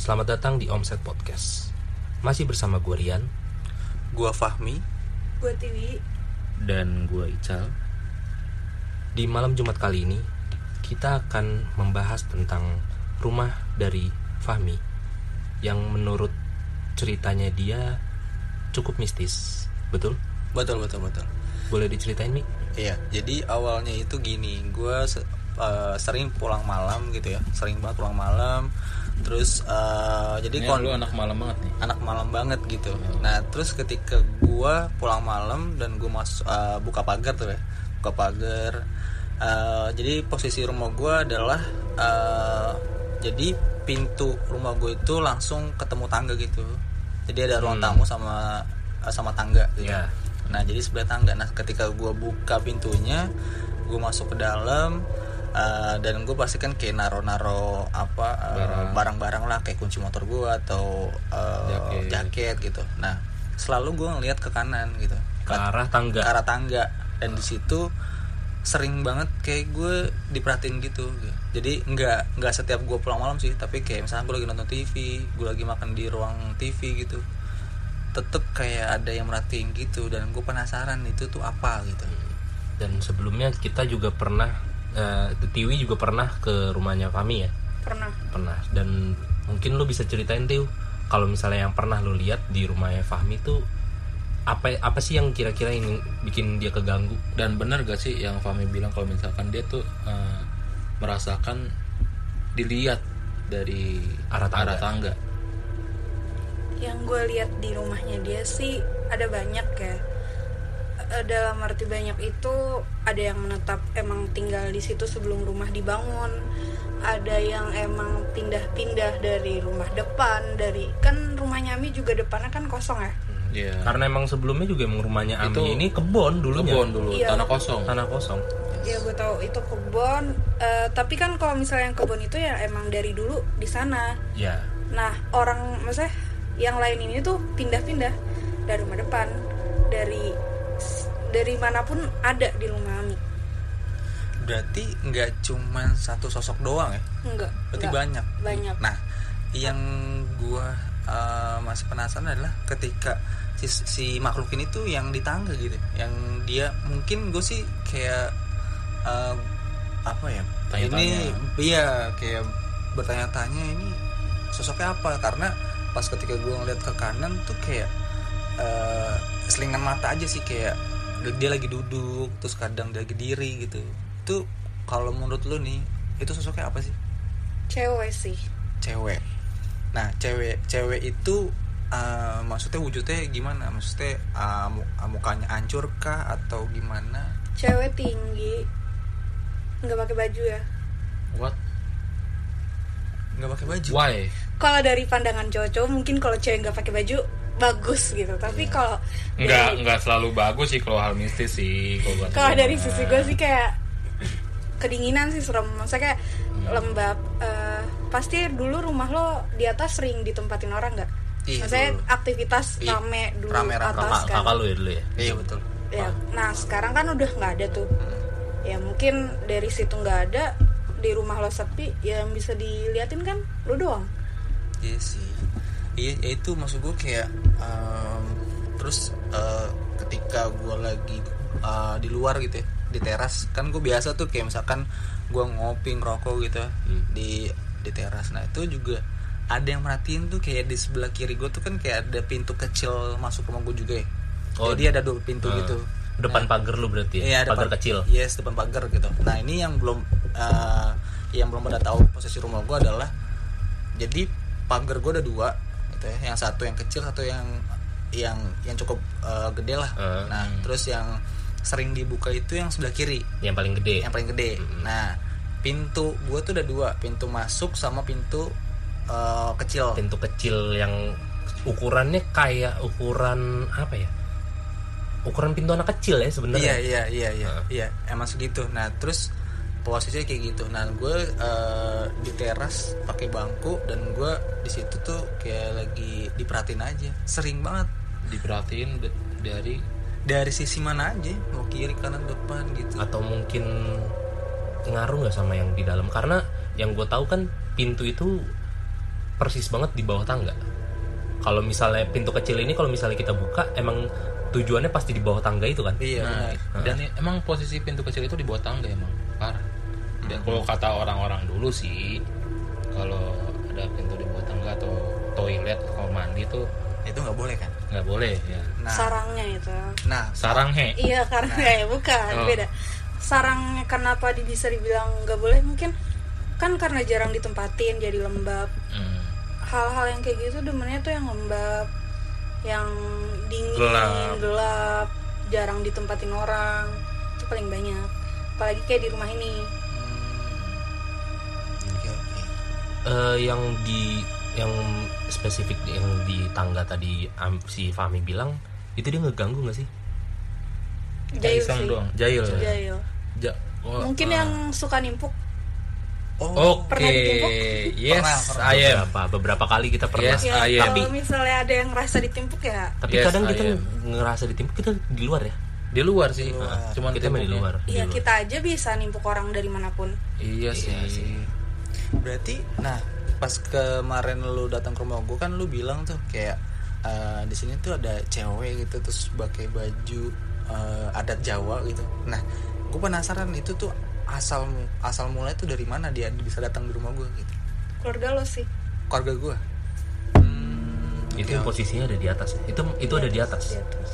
Selamat datang di Omset Podcast. Masih bersama gue Rian, gue Fahmi, gue Tiwi, dan gue Ical. Di malam Jumat kali ini kita akan membahas tentang rumah dari Fahmi yang menurut ceritanya dia cukup mistis. Betul? Betul. Boleh diceritain, Mi? Iya, jadi awalnya itu gini, gue sering pulang malam gitu ya, sering banget pulang malam. Terus jadi lu anak malam banget nih. Anak malam banget gitu. Nah, terus ketika gue pulang malam dan gue buka pagar tuh ya, buka pagar. Jadi posisi rumah gue adalah jadi pintu rumah gue itu langsung ketemu tangga gitu. Jadi ada ruang tamu sama tangga gitu. Yeah. Nah, jadi sebelah tangga. Nah, ketika gue buka pintunya, gue masuk ke dalam. Dan gue pasti kan kayak naro barang-barang lah, kayak kunci motor gue atau jaket gitu. Nah, selalu gue ngeliat ke kanan gitu, Ke arah tangga. Dan di situ sering banget kayak gue diperhatiin gitu. Jadi nggak setiap gue pulang malam sih, tapi kayak misalnya gue lagi nonton TV, gue lagi makan di ruang TV gitu, tetep kayak ada yang merhatiin gitu. Dan gue penasaran itu tuh apa gitu. Dan sebelumnya kita juga pernah Tiwi juga pernah ke rumahnya Fahmi ya? Pernah. Dan mungkin lu bisa ceritain, Tiu, kalau misalnya yang pernah lu lihat di rumahnya Fahmi tuh apa sih yang kira-kira ini bikin dia keganggu? Dan benar gak sih yang Fahmi bilang kalau misalkan dia tuh merasakan dilihat dari arah tangga? yang gue lihat di rumahnya dia sih ada banyak ya. Dalam arti banyak itu ada yang menetap emang tinggal di situ sebelum rumah dibangun, ada yang emang pindah-pindah dari rumah depan, dari kan rumahnya Ami juga depannya kan kosong ya. Yeah. Karena emang sebelumnya juga emang rumahnya Ami Itu ini kebon dulu, Iya. Tanah kosong. Ya gue tahu itu kebon, tapi kan kalau misalnya yang kebon itu ya emang dari dulu di sana. Ya. Nah, maksudnya yang lain ini tuh pindah-pindah dari rumah depan, dari manapun ada di rumah Ami. Berarti nggak cuman satu sosok doang ya? Enggak. Berarti banyak. Nah, yang gue masih penasaran adalah ketika si makhluk ini tuh yang di tangga gitu, yang dia mungkin gue sih kayak apa ya? Tanya-tanya. Ini iya kayak bertanya-tanya ini sosoknya apa, karena pas ketika gue ngeliat ke kanan tuh kayak selingan mata aja sih, kayak dia lagi duduk terus kadang dia lagi diri gitu. Itu kalau menurut lu nih itu sosoknya apa sih? Cewek sih. Cewek. Nah, cewek itu maksudnya wujudnya gimana? Maksudnya mukanya hancur kah atau gimana? Cewek tinggi, nggak pakai baju ya. What? Nggak pakai baju. Why? Kalau dari pandangan cowok mungkin kalau cewek nggak pakai baju bagus gitu, tapi kalau Enggak selalu bagus sih kalau hal mistis sih. Kalau dari sisi gue sih kayak kedinginan sih, serem. Maksudnya kayak lembab. Pasti dulu rumah lo di atas sering ditempatin orang nggak? Iya, Maksudnya dulu. Aktivitas rame dulu Rame. atas kan. Kakak lu ya dulu ya? Iya betul. Ya, nah sekarang kan udah nggak ada tuh. Ya mungkin dari situ nggak ada, di rumah lo sepi, yang bisa diliatin kan lo doang. Iya sih. Iya, ya itu maksud gue kayak terus ketika gue lagi di luar gitu ya, di teras kan gue biasa tuh kayak misalkan gue ngopi ngerokok gitu ya, di teras. Nah itu juga ada yang merhatiin tuh, kayak di sebelah kiri gue tuh kan kayak ada pintu kecil masuk rumah gue juga ya. Jadi ada 2 pintu gitu. Depan pagar lu berarti ya? Iya, Pagar kecil. Yes, depan pagar gitu. Nah ini yang belum pada tahu posisi rumah gue adalah, jadi pagar gue ada 2 gitu ya. Yang satu yang kecil, satu yang cukup gede lah. Nah terus yang sering dibuka itu yang sebelah kiri, Yang paling gede. Nah pintu gue tuh ada 2, pintu masuk sama pintu kecil. Pintu kecil yang ukurannya kayak ukuran apa ya? Ukuran pintu anak kecil ya sebenarnya. Iya, emang segitu. Nah terus posisinya kayak gitu. Nah gue di teras pakai bangku, dan gue di situ tuh kayak lagi diperhatiin aja, sering banget Diperhatiin dari sisi mana aja, mau kiri kanan depan gitu. Atau mungkin ngaruh nggak sama yang di dalam? Karena yang gue tahu kan pintu itu persis banget di bawah tangga. Kalau misalnya pintu kecil ini kalau misalnya kita buka emang tujuannya pasti di bawah tangga itu kan. Iya. Nah, dan emang posisi pintu kecil itu di bawah tangga emang parah. Dan kalau kata orang-orang dulu sih, kalau ada pintu di bawah tangga atau toilet atau mandi tuh Itu nggak boleh kan? nggak boleh ya. Nah, Sarangnya itu. nah Sarang he. Iya karena ya bukan Oh. beda. Sarangnya kenapa bisa dibilang nggak boleh, mungkin kan karena jarang ditempatin jadi lembab. Hal-hal yang kayak gitu demennya tuh yang lembab, yang dingin, gelap, jarang ditempatin orang, itu paling banyak. Apalagi kayak di rumah ini. oke. Yang spesifik yang di tangga tadi si Fahmi bilang itu dia ngeganggu nggak sih? Jail Iseng sih. doang. Jail. Jail. Mungkin yang suka nimpuk. Oke. Pernah ditimpuk? Yes, Pernah. I am. Beberapa kali kita pernah. Yes, Ya, I am. kalau misalnya ada yang ngerasa ditimpuk ya Tapi Yes, kadang kita I am. ngerasa ditimpuk kita di luar ya. Di luar sih. Cuman Kita main di timpuknya. luar. ya kita aja bisa nimpuk orang dari manapun. Iya sih. Berarti, nah pas kemarin lu datang ke rumah gue kan lu bilang tuh kayak di sini tuh ada cewek gitu terus pakai baju adat Jawa gitu. Nah, gue penasaran itu tuh asal mulai tuh dari mana dia bisa datang di rumah gue gitu. Keluarga lo sih. Keluarga gue. Itu posisinya ada di atas ya. Itu ada di atas. Di atas.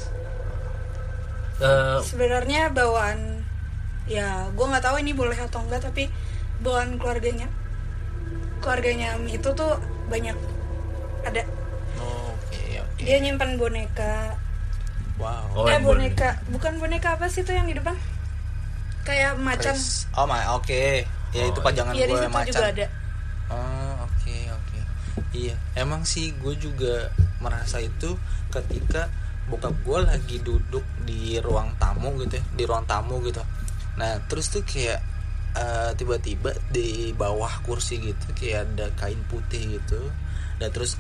Eh, Sebenarnya bawaan, ya gue nggak tahu ini boleh atau enggak, tapi bawaan keluarganya Ami itu tuh banyak ada. Oke. Dia nyimpan boneka. Wow. Boneka, bukan boneka apa sih tuh yang di depan? Kayak macan. Oh oke. Ya itu pajangan Iya di gue situ macan. juga ada. Oh oke. Iya, emang sih gue juga merasa itu ketika bokap gue lagi duduk di ruang tamu gitu ya, di ruang tamu gitu. Nah terus tuh kayak tiba-tiba di bawah kursi gitu kayak ada kain putih gitu. Dan terus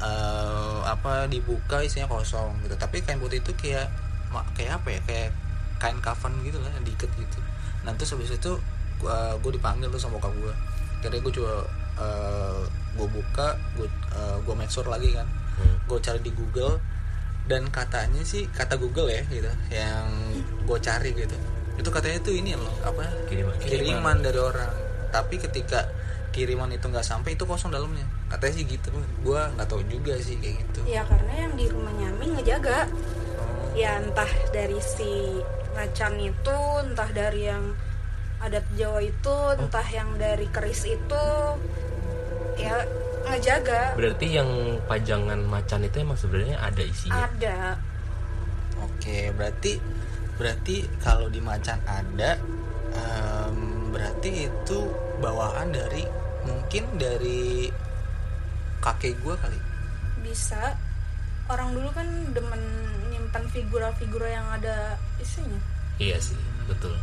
dibuka isinya kosong gitu. Tapi kain putih itu kayak apa ya? Kayak kain kafan gitu lah yang diikat gitu. Nah terus habis itu gue dipanggil tuh sama bokap gue. Akhirnya gue coba gue buka, gue make sure lagi kan, gue cari di Google dan katanya sih kata Google ya gitu, yang gue cari gitu, itu katanya tuh ini loh apa kiriman dari orang, tapi ketika kiriman itu nggak sampai itu kosong dalamnya, katanya sih gitu. Gue nggak tahu juga sih kayak gitu. Ya karena yang di rumahnya Ami ngejaga. Ya entah dari si macan itu, entah dari yang adat Jawa itu, entah yang dari keris itu, ya ngejaga. berarti yang pajangan macan itu emang sebenarnya ada isinya. Ada. Oke, berarti kalau di macan ada, berarti itu bawaan mungkin dari kakek gue kali. Bisa. Orang dulu kan demen nyimpan figura-figura yang ada isinya. Iya sih, betul.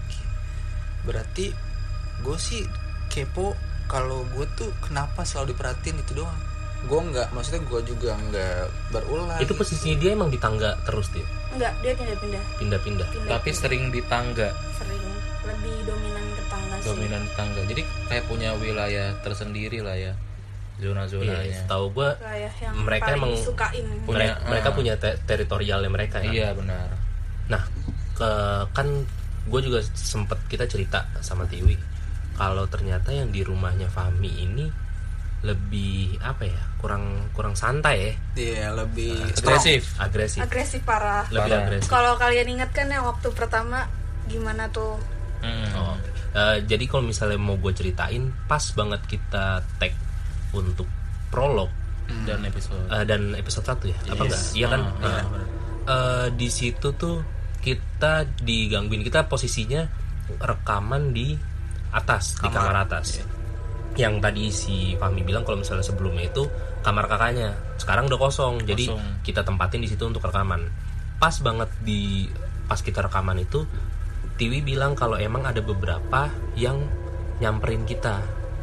Berarti gue sih kepo kalau gue tuh kenapa selalu diperhatiin itu doang. Gue maksudnya gue juga nggak berulang. Itu posisinya dia emang di tangga terus dia. Enggak, dia pindah-pindah. Tapi sering di tangga. Sering lebih dominan ke tangga sih. Dominan di tangga. Jadi kayak punya wilayah tersendiri lah ya. Zona-zonanya. Iya, tahu gue Kayak yang mereka paling emang sukain. mereka punya teritorialnya mereka ya. Iya benar. Nah, kan gue juga sempet kita cerita sama Tiwi kalau ternyata yang di rumahnya Fahmi ini lebih apa ya, kurang santai ya. Iya, lebih agresif Agresif parah. lebih agresif. Kalau kalian ingat kan yang waktu pertama gimana tuh? Oh, jadi kalau misalnya mau gue ceritain, pas banget kita tag untuk prolog Dan episode 1 ya, apa enggak? Iya kan? Di situ tuh kita digangguin, kita posisinya rekaman di atas, di kamar atas. Yang tadi si Fahmi bilang kalau misalnya sebelumnya itu kamar kakaknya, sekarang udah kosong. Jadi kita tempatin di situ untuk rekaman. Pas banget pas kita rekaman itu Tiwi bilang kalau emang ada beberapa yang nyamperin kita.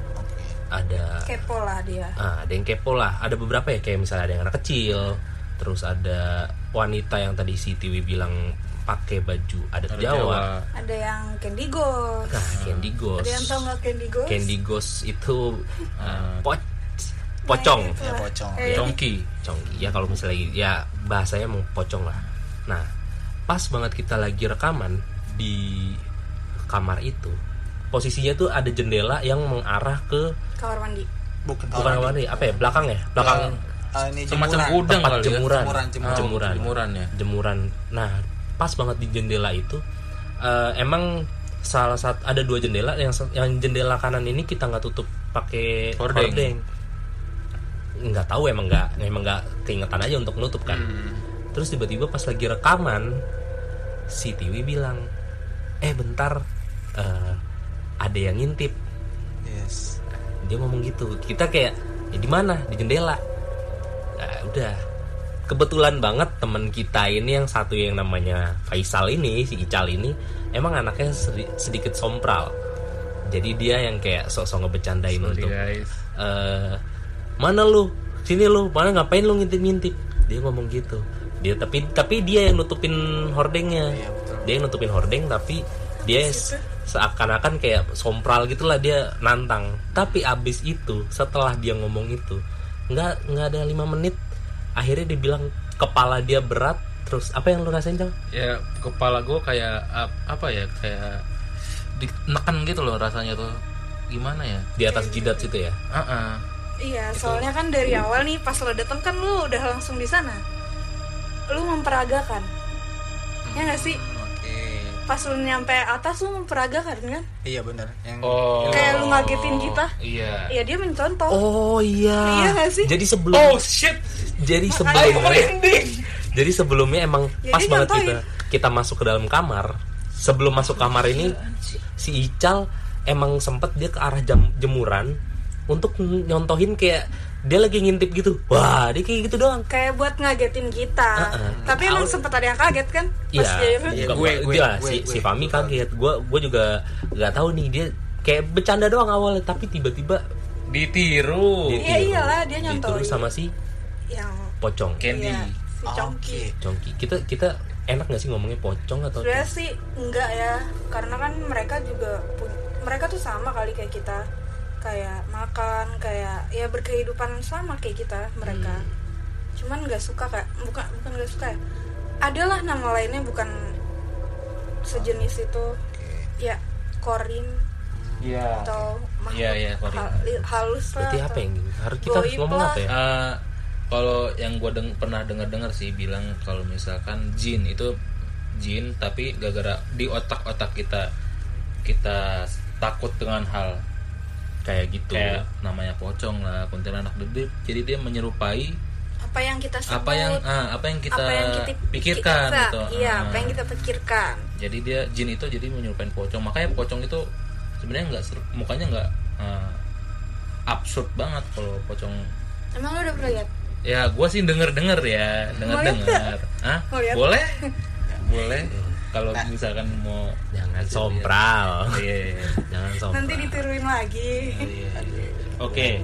Ada Kepo lah dia. ada yang kepo lah. Ada beberapa ya, kayak misalnya ada yang anak kecil, terus ada wanita yang tadi si Tiwi bilang pakai baju adat Jawa. Ada yang Candy Ghost. Nah, Candy Ghost. Ada yang tau nggak Candy Ghost? Candy Ghost itu poc. pocong. Ya pocong. Congki. Congki ya, kalau misalnya ya bahasanya mau pocong lah. Nah, pas banget kita lagi rekaman di kamar itu, posisinya tuh ada jendela yang mengarah ke Kamar mandi. Bukan bukan kamar mandi, apa ya, belakang ya, belakang ini Semacam jemuran. gudang tempat kali ya. jemuran. Jemuran ya. Jemuran. Nah, pas banget di jendela itu, emang salah satu ada 2 jendela, yang jendela kanan ini kita nggak tutup pakai hordeng. Nggak tahu, emang nggak keingetan aja untuk nutup kan. Terus tiba-tiba pas lagi rekaman, si Tiwi bilang, bentar, ada yang ngintip. Yes. Dia ngomong gitu. Kita kayak, ya di mana? Di jendela. Nah, udah. Kebetulan banget teman kita ini yang satu yang namanya Faisal ini, si Ical ini, emang anaknya sedikit sompral. Jadi dia yang kayak sok-sok ngebecandain untuk guys. mana lu? Sini lu, mana ngapain lu ngintip-ngintip? Dia ngomong gitu. Dia tapi dia yang nutupin hordengnya. Iya, betul. Dia yang nutupin hordeng, tapi dia seakan-akan kayak sompral gitulah, dia nantang. Tapi abis itu, setelah dia ngomong itu, nggak ada 5 menit, akhirnya dia bilang kepala dia berat. Terus apa yang lu rasain, Jang? Ya kepala gue kayak apa ya, kayak ditekan gitu loh rasanya tuh. Gimana ya? Di atas jidat situ ya. Iya, soalnya kan dari awal nih pas lo datang kan lu udah langsung di sana. Lu memperagakan. Ya nggak sih? Oke. Pas lu nyampe atas lu memperagakan kan? Iya benar. Yang Kayak lu ngagetin kita. Iya. Iya, dia mencontoh. Oh iya. Iya nggak sih? Jadi sebelum Oh shit. jadi Makanya sebelumnya jadi sebelumnya emang Jadi pas banget nyontohin. kita masuk ke dalam kamar. Sebelum masuk kamar ini, si Ical emang sempet dia ke arah jemuran untuk nyontohin kayak dia lagi ngintip gitu. Wah, dia kayak gitu doang. Kayak buat ngagetin kita. Tapi emang sempet ada yang kaget kan? Pas Iya, dia si Fami kaget. Gue juga nggak tahu nih, dia kayak bercanda doang awalnya, tapi tiba-tiba Ditiru. Iya iyalah, dia dituduh nyontohin. sama si Yang pocong. Candy. iya, si Congki. Congki. Kita enak nggak sih ngomongnya pocong atau Sebenarnya sih enggak ya, karena kan mereka juga mereka tuh sama kali kayak kita, kayak makan, kayak ya berkehidupan sama kayak kita mereka. Cuman nggak suka bukan nggak suka ya. Adalah nama lainnya bukan sejenis itu. Ya korin Iya. atau Iya, korin. halus lah. berarti apa atau yang harus kita harus goib ngomong lah. apa ya? Kalau yang gue pernah dengar sih bilang kalau misalkan jin itu jin, tapi gara-gara di otak-otak kita takut dengan hal Kayak gitu. kayak namanya pocong lah, kuntilanak dedek, jadi dia menyerupai apa yang kita sebut, apa yang kita pikirkan gitu. Iya, apa yang kita pikirkan. Jadi dia jin itu jadi menyerupai pocong. Makanya pocong itu sebenarnya mukanya nggak absurd banget kalau pocong. Emang lu udah pernah lihat? Ya gue sih denger ya, Mau lihat nggak? Mau lihat? Boleh boleh kalau misalkan mau. Jangan sompral. Iya. Jangan sompral. Nanti ditiruin lagi. Oke,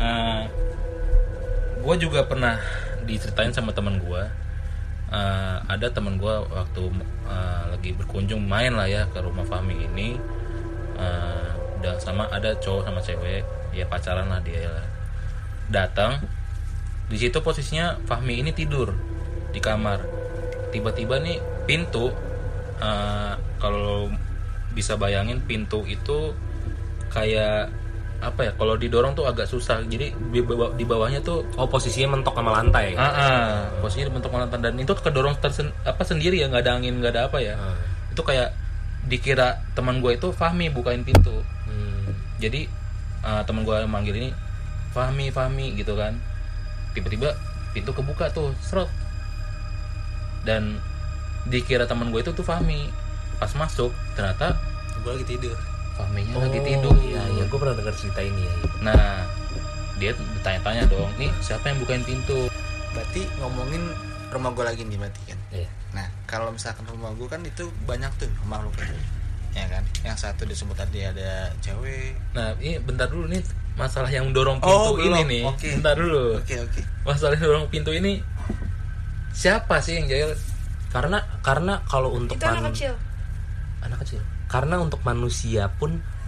gue juga pernah diceritain sama teman gue. Ada teman gue waktu lagi berkunjung main lah ya ke rumah Fahmi ini. Udah sama ada cowok sama cewek, ya pacaran lah dia lah. Datang di situ posisinya Fahmi ini tidur di kamar. Tiba-tiba nih pintu, kalau bisa bayangin pintu itu kayak apa ya, kalau didorong tuh agak susah, jadi di bawahnya tuh posisinya mentok sama lantai. posisinya mentok sama lantai, dan itu kedorong sendiri ya, nggak ada angin, nggak ada apa ya. Itu kayak dikira teman gue itu Fahmi bukain pintu. Jadi teman gue manggil ini Fahmi gitu kan, tiba-tiba pintu kebuka tuh serot, dan dikira teman gue itu tuh Fahmi. Pas masuk ternyata gue lagi tidur. Fahminya lagi tidur. Iya, gue pernah dengar cerita ini ya. Nah, dia tanya-tanya dong, nih siapa yang bukain pintu? Berarti ngomongin rumah gue lagi nih berarti kan. Iya. Nah kalau misalkan rumah gue kan itu banyak tuh rumah lu kan, ya kan. Yang satu disebut tadi ada cewek. Nah, ini bentar dulu nih, masalah yang dorong pintu belum. ini nih. Oke. Bentar dulu. Oke. Masalah yang dorong pintu ini siapa sih yang jahil? Karena kalau untuk Itu anak kecil. anak kecil. Karena untuk manusia pun,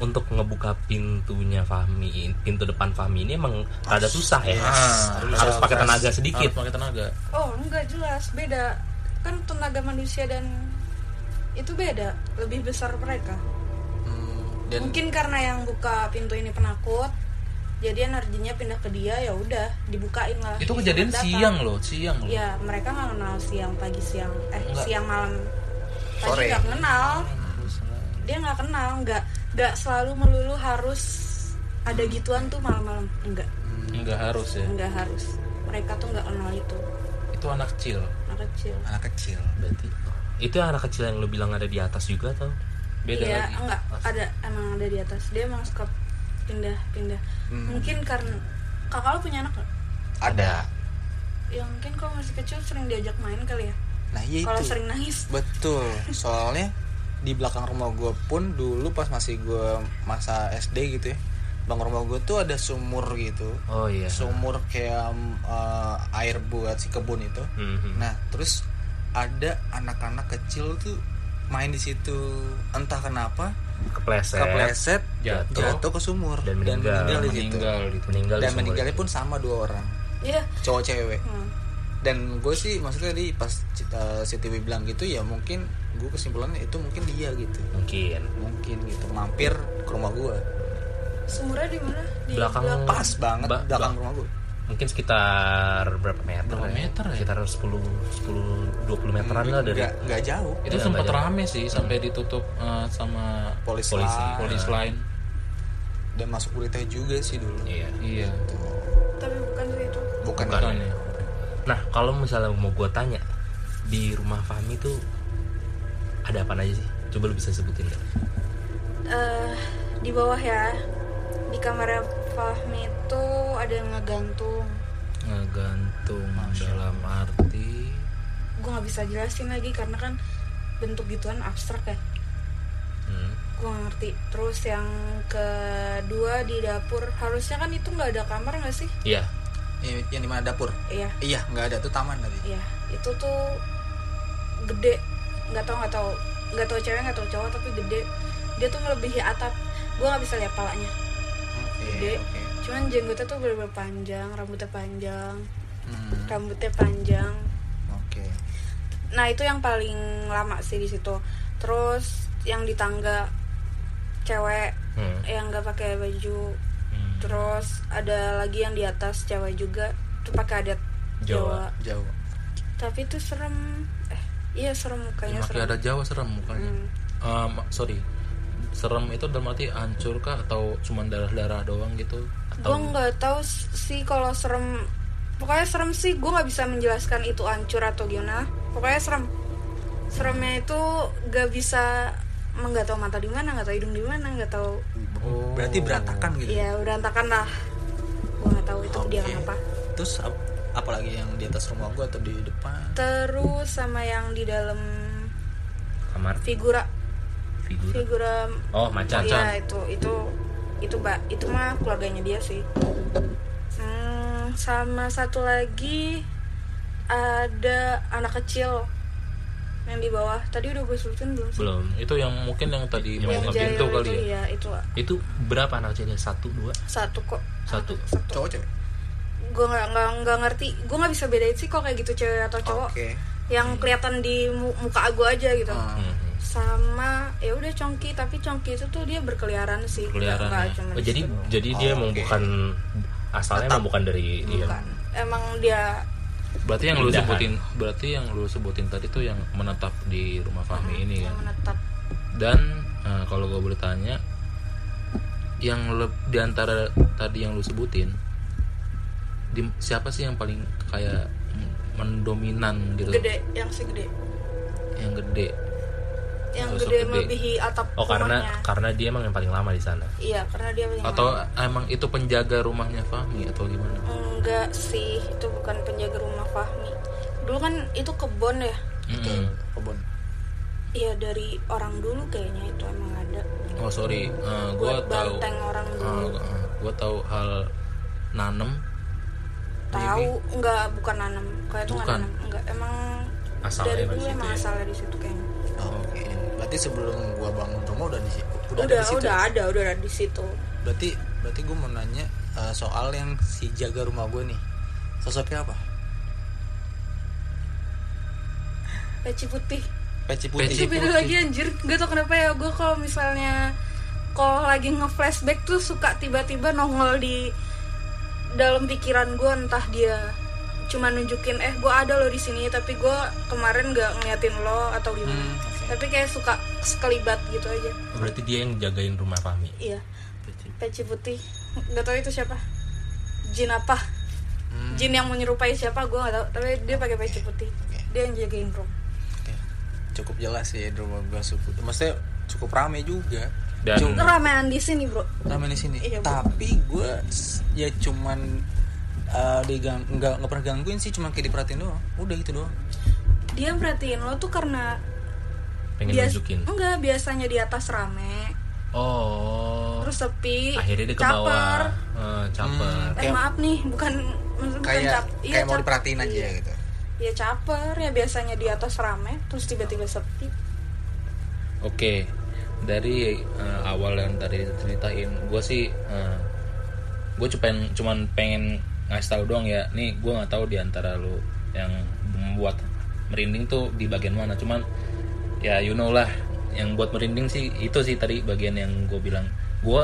untuk ngebuka pintunya Fahmi, pintu depan Fahmi ini emang rada susah ya. Harus pakai tenaga sedikit. Harus pakai tenaga. Oh enggak, jelas beda kan, tenaga manusia dan itu beda, lebih besar mereka. Dan Mungkin karena yang buka pintu ini penakut, jadi energinya pindah ke dia, ya udah dibukain lah. Itu kejadian Datang. siang loh. Ya mereka nggak kenal siang pagi siang, Enggak. siang malam pagi Sore. nggak kenal. Dia nggak kenal, nggak selalu melulu harus ada gituan tuh malam-malam, Enggak harus ya. nggak harus. Mereka tuh nggak kenal itu, Itu anak kecil. anak kecil. anak kecil. Berarti itu anak kecil yang lu bilang ada di atas juga atau? Beda Iya, lagi. enggak ada, emang ada di atas. Dia emang suka pindah-pindah. Mungkin karena kakak lo punya anak nggak? Ada. Ya mungkin kalau masih kecil sering diajak main kali ya. Nah iya Kalau itu. sering nangis. Betul. Soalnya di belakang rumah gue pun dulu pas masih gue masa SD gitu ya, belakang rumah gue tuh ada sumur gitu. Oh iya. Sumur kayak air buat si kebun itu. Mhm. Nah terus ada anak-anak kecil tuh main di situ, entah kenapa kepleset jatuh ke sumur Dan meninggal. di situ. Meninggal di Dan sumur meninggalnya itu. pun sama 2 orang, Iya. cowok cewek. Hmm. Dan gue sih maksudnya di pas si TV bilang gitu ya, mungkin gue kesimpulannya itu mungkin dia gitu, Mungkin gitu mampir ke rumah gue Sumurnya di mana? Di Belakang. pas banget belakang rumah gue. mungkin sekitar berapa meter? Berapa meter ya? Sekitar 10 20 meteran lah dari. nggak jauh. Itu Ya, sempat nggak rame sih sampai ditutup sama Polisi. polis lain. Dan masuk berita juga sih dulu. Iya. Iya. Tapi bukan sih itu. Bukan. Bukan ya. Nah, kalau misalnya mau gue tanya, di rumah Fahmi tuh ada apa aja sih? Coba lu bisa sebutin kan? Di bawah ya, di kamar Fahmi itu ada yang ngegantung. Ngegantung dalam arti Gue nggak bisa jelasin lagi karena kan bentuk gituan abstrak ya. Gue nggak ngerti. Terus yang kedua di dapur, harusnya kan itu nggak ada kamar nggak sih? Iya. Yang di mana dapur? Iya. Iya, nggak ada tuh, taman tadi. Iya, itu tuh gede, nggak tahu cewek nggak tahu cowok tapi gede. Dia tuh melebihi atap. Gue nggak bisa lihat palanya. Gede. Oke. Cuman jenggotnya tuh bener-bener panjang, rambutnya panjang, Oke. Nah itu yang paling lama sih di situ. Terus yang di tangga cewek yang nggak pakai baju. Terus ada lagi yang di atas cewek juga, tuh pakai adat Jawa. Jauh. Tapi itu serem. Iya serem mukanya, Masih serem. ada Jawa serem mukanya. Sorry, serem itu dalam arti hancur kah atau cuma darah-darah doang gitu? Gue nggak tahu sih kalau serem. Pokoknya serem sih, gue nggak bisa menjelaskan itu hancur atau gimana. Pokoknya serem. Seremnya itu nggak bisa, nggak tahu mata di mana, nggak tahu hidung di mana, nggak tahu. Berarti berantakan gitu. Iya berantakan lah. Gue nggak tahu itu dia kenapa. Terus apalagi yang di atas rumah gue atau di depan? Terus sama yang di dalam Kamar figura. Oh, macan. Iya itu mbak, itu mah keluarganya dia sih. Sama satu lagi ada anak kecil yang di bawah. Tadi udah gue sebutin belum sih? Belum. Itu yang mungkin yang tadi Yang mau Yang ngebintu jahil kali itu, ya. iya itu Itu berapa anak kecilnya? 1, 2? satu kok. Satu. Cowok cewek? Gue nggak ngerti. Gue nggak bisa bedain sih kok kayak gitu cewek atau cowok. Oke. Yang kelihatan di muka gue aja gitu. Sama ya udah Congki, tapi Congki itu tuh dia berkeliaran sih. Berkeliaran, Nggak ya. cuma Oh, di jadi situ. jadi dia emang bukan asalnya emang bukan dari Bukan. Emang dia Berarti yang lu Pindahan. sebutin tadi tuh yang menetap di rumah Fahmi ini yang kan. menetap. Dan kalau gue boleh tanya, yang di antara tadi yang lu sebutin, siapa sih yang paling kayak mendominan gitu? Gede, yang segede. Yang gede. Yang Sosok gede gede. melebihi atap Oh, rumahnya. karena dia emang yang paling lama di sana. Iya, karena dia paling Atau lama. emang itu penjaga rumahnya Fahmi atau gimana? Enggak sih, itu bukan penjaga rumah Fahmi. Dulu kan itu kebon ya. Kebun. Iya, dari orang dulu kayaknya itu emang ada. Oh sorry, gue Buat tahu. banteng orang dulu. Gue tahu hal nanem. Tahu enggak, bukan nanam. Kayak itu enggak Bukan. nanam. Enggak, emang Asalnya dari dari dulu situ emang ya? asalnya di situ kayaknya. Oke. Berarti berarti sebelum gua bangun rumah udah ada di situ. Udah di situ. Berarti gue mau nanya soal yang si jaga rumah gue nih, sosoknya apa? Peci putih. Peci Itu beda lagi anjir. Gak tau kenapa ya, gue kalau misalnya lagi nge-flashback tuh suka tiba-tiba nongol di dalam pikiran gue, entah dia cuma nunjukin gue ada lo di sini, tapi gue kemarin gak ngeliatin lo atau gimana. Tapi kayak suka sekelibat gitu aja. Berarti dia yang jagain rumah Fahmi. Iya. Peci putih. Gak tahu itu siapa. Jin apa? Jin yang menyerupai siapa gue gak tahu. Tapi dia pakai peci putih. Dia yang jagain room. Cukup jelas sih rumah gue suku. Maksudnya cukup rame juga. Dan Keramaian di sini bro. Rame di sini. Iya, tapi gue ya cuman nggak pernah gangguin sih, cuma kayak diperhatiin doang. Udah gitu doang. Dia merhatiin lo tuh karena pengen nunjukin. Enggak, biasanya di atas rame. Oh. Terus sepi. Akhirnya dia ke bawah. Caper. Maaf nih, bukan Kayak mau caper. diperhatiin aja Iya. gitu. Ya caper, ya biasanya di atas rame, terus tiba-tiba sepi. Oke, dari awal yang tadi ceritain, gue sih gue cuman pengen ngasih tahu doang ya. Nih gue nggak tahu di antara lu yang membuat merinding tuh di bagian mana. Cuman ya you know lah, yang buat merinding sih itu sih tadi bagian yang gue bilang. Gue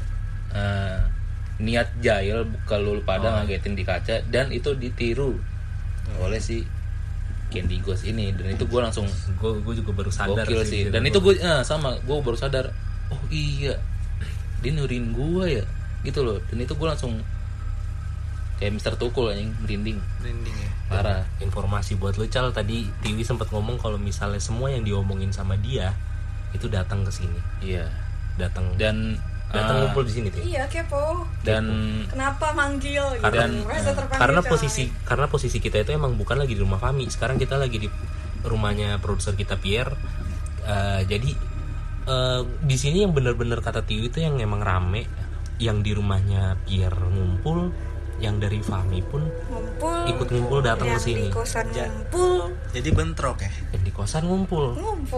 niat jahil kalau pada ngagetin di kaca, dan itu ditiru oleh si Candy Ghost ini, dan itu gue langsung gue juga baru sadar gokil sih. Dan itu gue sama gue baru sadar, oh iya dia nurin gue ya gitu loh. Dan itu gue langsung kayak Mister Tukul anjing, merinding ya. parah. Informasi buat lu Cal, tadi Tiwi sempat ngomong kalau misalnya semua yang diomongin sama dia itu datang ke sini. Iya, Datang ngumpul di sini tuh. Iya, kepo. Dan Kenapa manggil gitu? Karena- Merasa terpanggil Karena posisi kita itu emang bukan lagi di rumah Fahmi. Sekarang kita lagi di rumahnya produser kita Pierre. Jadi di sini yang benar-benar kata Tiwi itu yang emang rame, yang di rumahnya Pierre ngumpul, yang dari Fahmi pun ikut ngumpul datang ke sini. Yang di kosan ngumpul. Jadi bentrok ya. Yang di kosan ngumpul.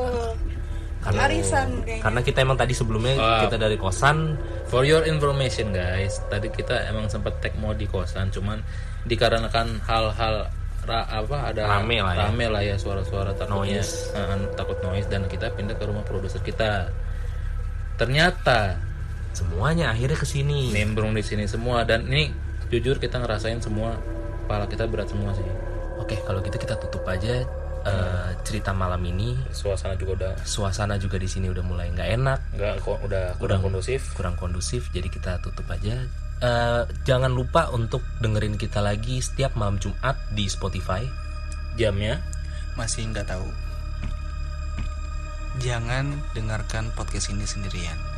Arisan kayaknya. Karena kita emang tadi sebelumnya kita dari kosan. for your information guys, tadi kita emang sempat tag mau di kosan, cuman dikarenakan hal-hal Rame lah ya. suara-suara takutnya takut noise, dan kita pindah ke rumah produser kita. Ternyata Semuanya akhirnya ke sini. nimbrung di sini semua, dan ini jujur kita ngerasain semua, kepala kita berat semua sih. Oke, kalau gitu kita tutup aja cerita malam ini. Suasana juga di sini udah mulai nggak enak, udah kurang kondusif. Jadi kita tutup aja. Jangan lupa untuk dengerin kita lagi setiap malam Jumat di Spotify. Jamnya Masih nggak tahu? Jangan dengarkan podcast ini sendirian.